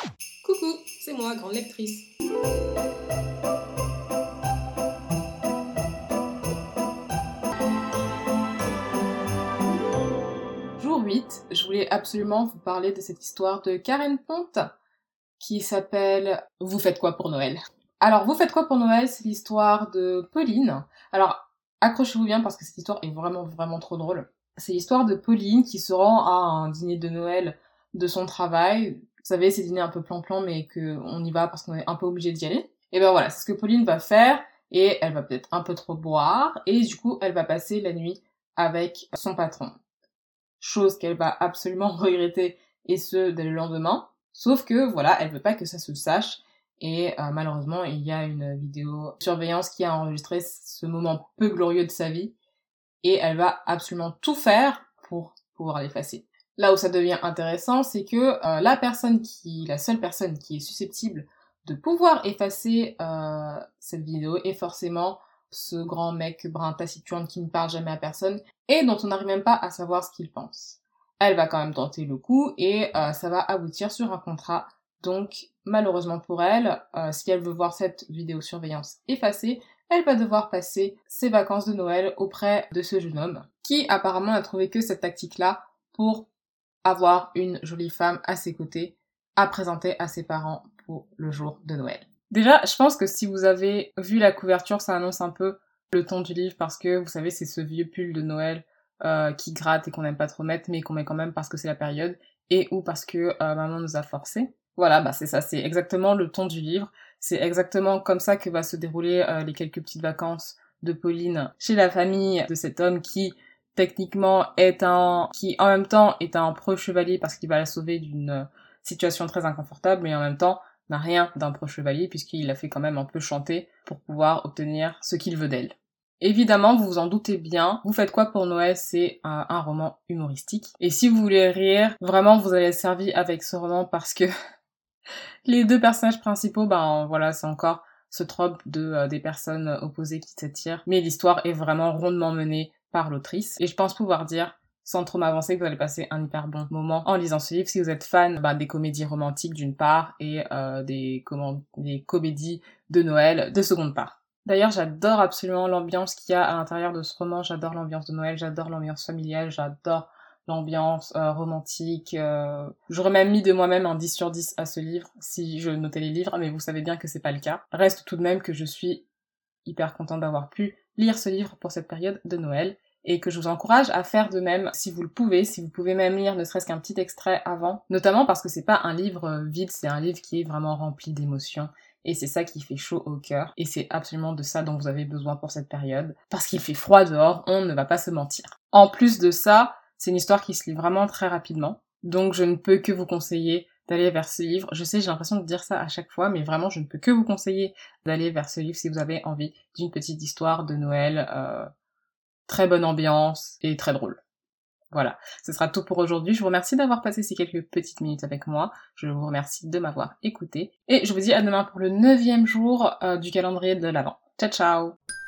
Coucou, c'est moi, grande lectrice. Jour 8, je voulais absolument vous parler de cette histoire de Karen Ponte qui s'appelle Vous faites quoi pour Noël? Alors, Vous faites quoi pour Noël, c'est l'histoire de Pauline. Alors, accrochez-vous bien parce que cette histoire est vraiment, vraiment trop drôle. C'est l'histoire de Pauline qui se rend à un dîner de Noël de son travail. Vous savez, ces dîners un peu plan-plan, mais qu'on y va parce qu'on est un peu obligé d'y aller. Et ben voilà, c'est ce que Pauline va faire, et elle va peut-être un peu trop boire, et du coup, elle va passer la nuit avec son patron. Chose qu'elle va absolument regretter, et ce, dès le lendemain. Sauf que, voilà, elle veut pas que ça se sache, et malheureusement, il y a une vidéo surveillance qui a enregistré ce moment peu glorieux de sa vie, et elle va absolument tout faire pour pouvoir l'effacer. Là où ça devient intéressant, c'est que la seule personne qui est susceptible de pouvoir effacer cette vidéo est forcément ce grand mec brun taciturne qui ne parle jamais à personne et dont on n'arrive même pas à savoir ce qu'il pense. Elle va quand même tenter le coup et ça va aboutir sur un contrat. Donc malheureusement pour elle, si elle veut voir cette vidéosurveillance effacée, elle va devoir passer ses vacances de Noël auprès de ce jeune homme, qui apparemment n'a trouvé que cette tactique-là pour avoir une jolie femme à ses côtés à présenter à ses parents pour le jour de Noël. Déjà, je pense que si vous avez vu la couverture, ça annonce un peu le ton du livre parce que, vous savez, c'est ce vieux pull de Noël qui gratte et qu'on n'aime pas trop mettre, mais qu'on met quand même parce que c'est la période et ou parce que maman nous a forcé. Voilà, bah c'est ça, c'est exactement le ton du livre. C'est exactement comme ça que va se dérouler les quelques petites vacances de Pauline chez la famille de cet homme qui techniquement qui en même temps est un preux chevalier parce qu'il va la sauver d'une situation très inconfortable, mais en même temps n'a rien d'un preux chevalier puisqu'il la fait quand même un peu chanter pour pouvoir obtenir ce qu'il veut d'elle. Évidemment, vous vous en doutez bien, Vous faites quoi pour Noël, c'est un roman humoristique. Et si vous voulez rire, vraiment vous allez être servi avec ce roman parce que les deux personnages principaux, ben voilà, c'est encore ce trope de des personnes opposées qui s'attirent. Mais l'histoire est vraiment rondement menée par l'autrice. Et je pense pouvoir dire, sans trop m'avancer, que vous allez passer un hyper bon moment en lisant ce livre si vous êtes fan des comédies romantiques d'une part et des comédies de Noël de seconde part. D'ailleurs, j'adore absolument l'ambiance qu'il y a à l'intérieur de ce roman, j'adore l'ambiance de Noël, j'adore l'ambiance familiale, j'adore l'ambiance romantique. J'aurais même mis de moi-même un 10 sur 10 à ce livre si je notais les livres, mais vous savez bien que c'est pas le cas. Reste tout de même que je suis hyper contente d'avoir pu lire ce livre pour cette période de Noël et que je vous encourage à faire de même si vous le pouvez, si vous pouvez même lire ne serait-ce qu'un petit extrait avant, notamment parce que c'est pas un livre vide, c'est un livre qui est vraiment rempli d'émotions. Et c'est ça qui fait chaud au cœur. Et c'est absolument de ça dont vous avez besoin pour cette période. Parce qu'il fait froid dehors, on ne va pas se mentir. En plus de ça, c'est une histoire qui se lit vraiment très rapidement. Donc je ne peux que vous conseiller d'aller vers ce livre. Je sais, j'ai l'impression de dire ça à chaque fois, mais vraiment, je ne peux que vous conseiller d'aller vers ce livre si vous avez envie d'une petite histoire de Noël, très bonne ambiance et très drôle. Voilà, ce sera tout pour aujourd'hui. Je vous remercie d'avoir passé ces quelques petites minutes avec moi. Je vous remercie de m'avoir écouté. Et je vous dis à demain pour le 9e jour du calendrier de l'Avent. Ciao ciao!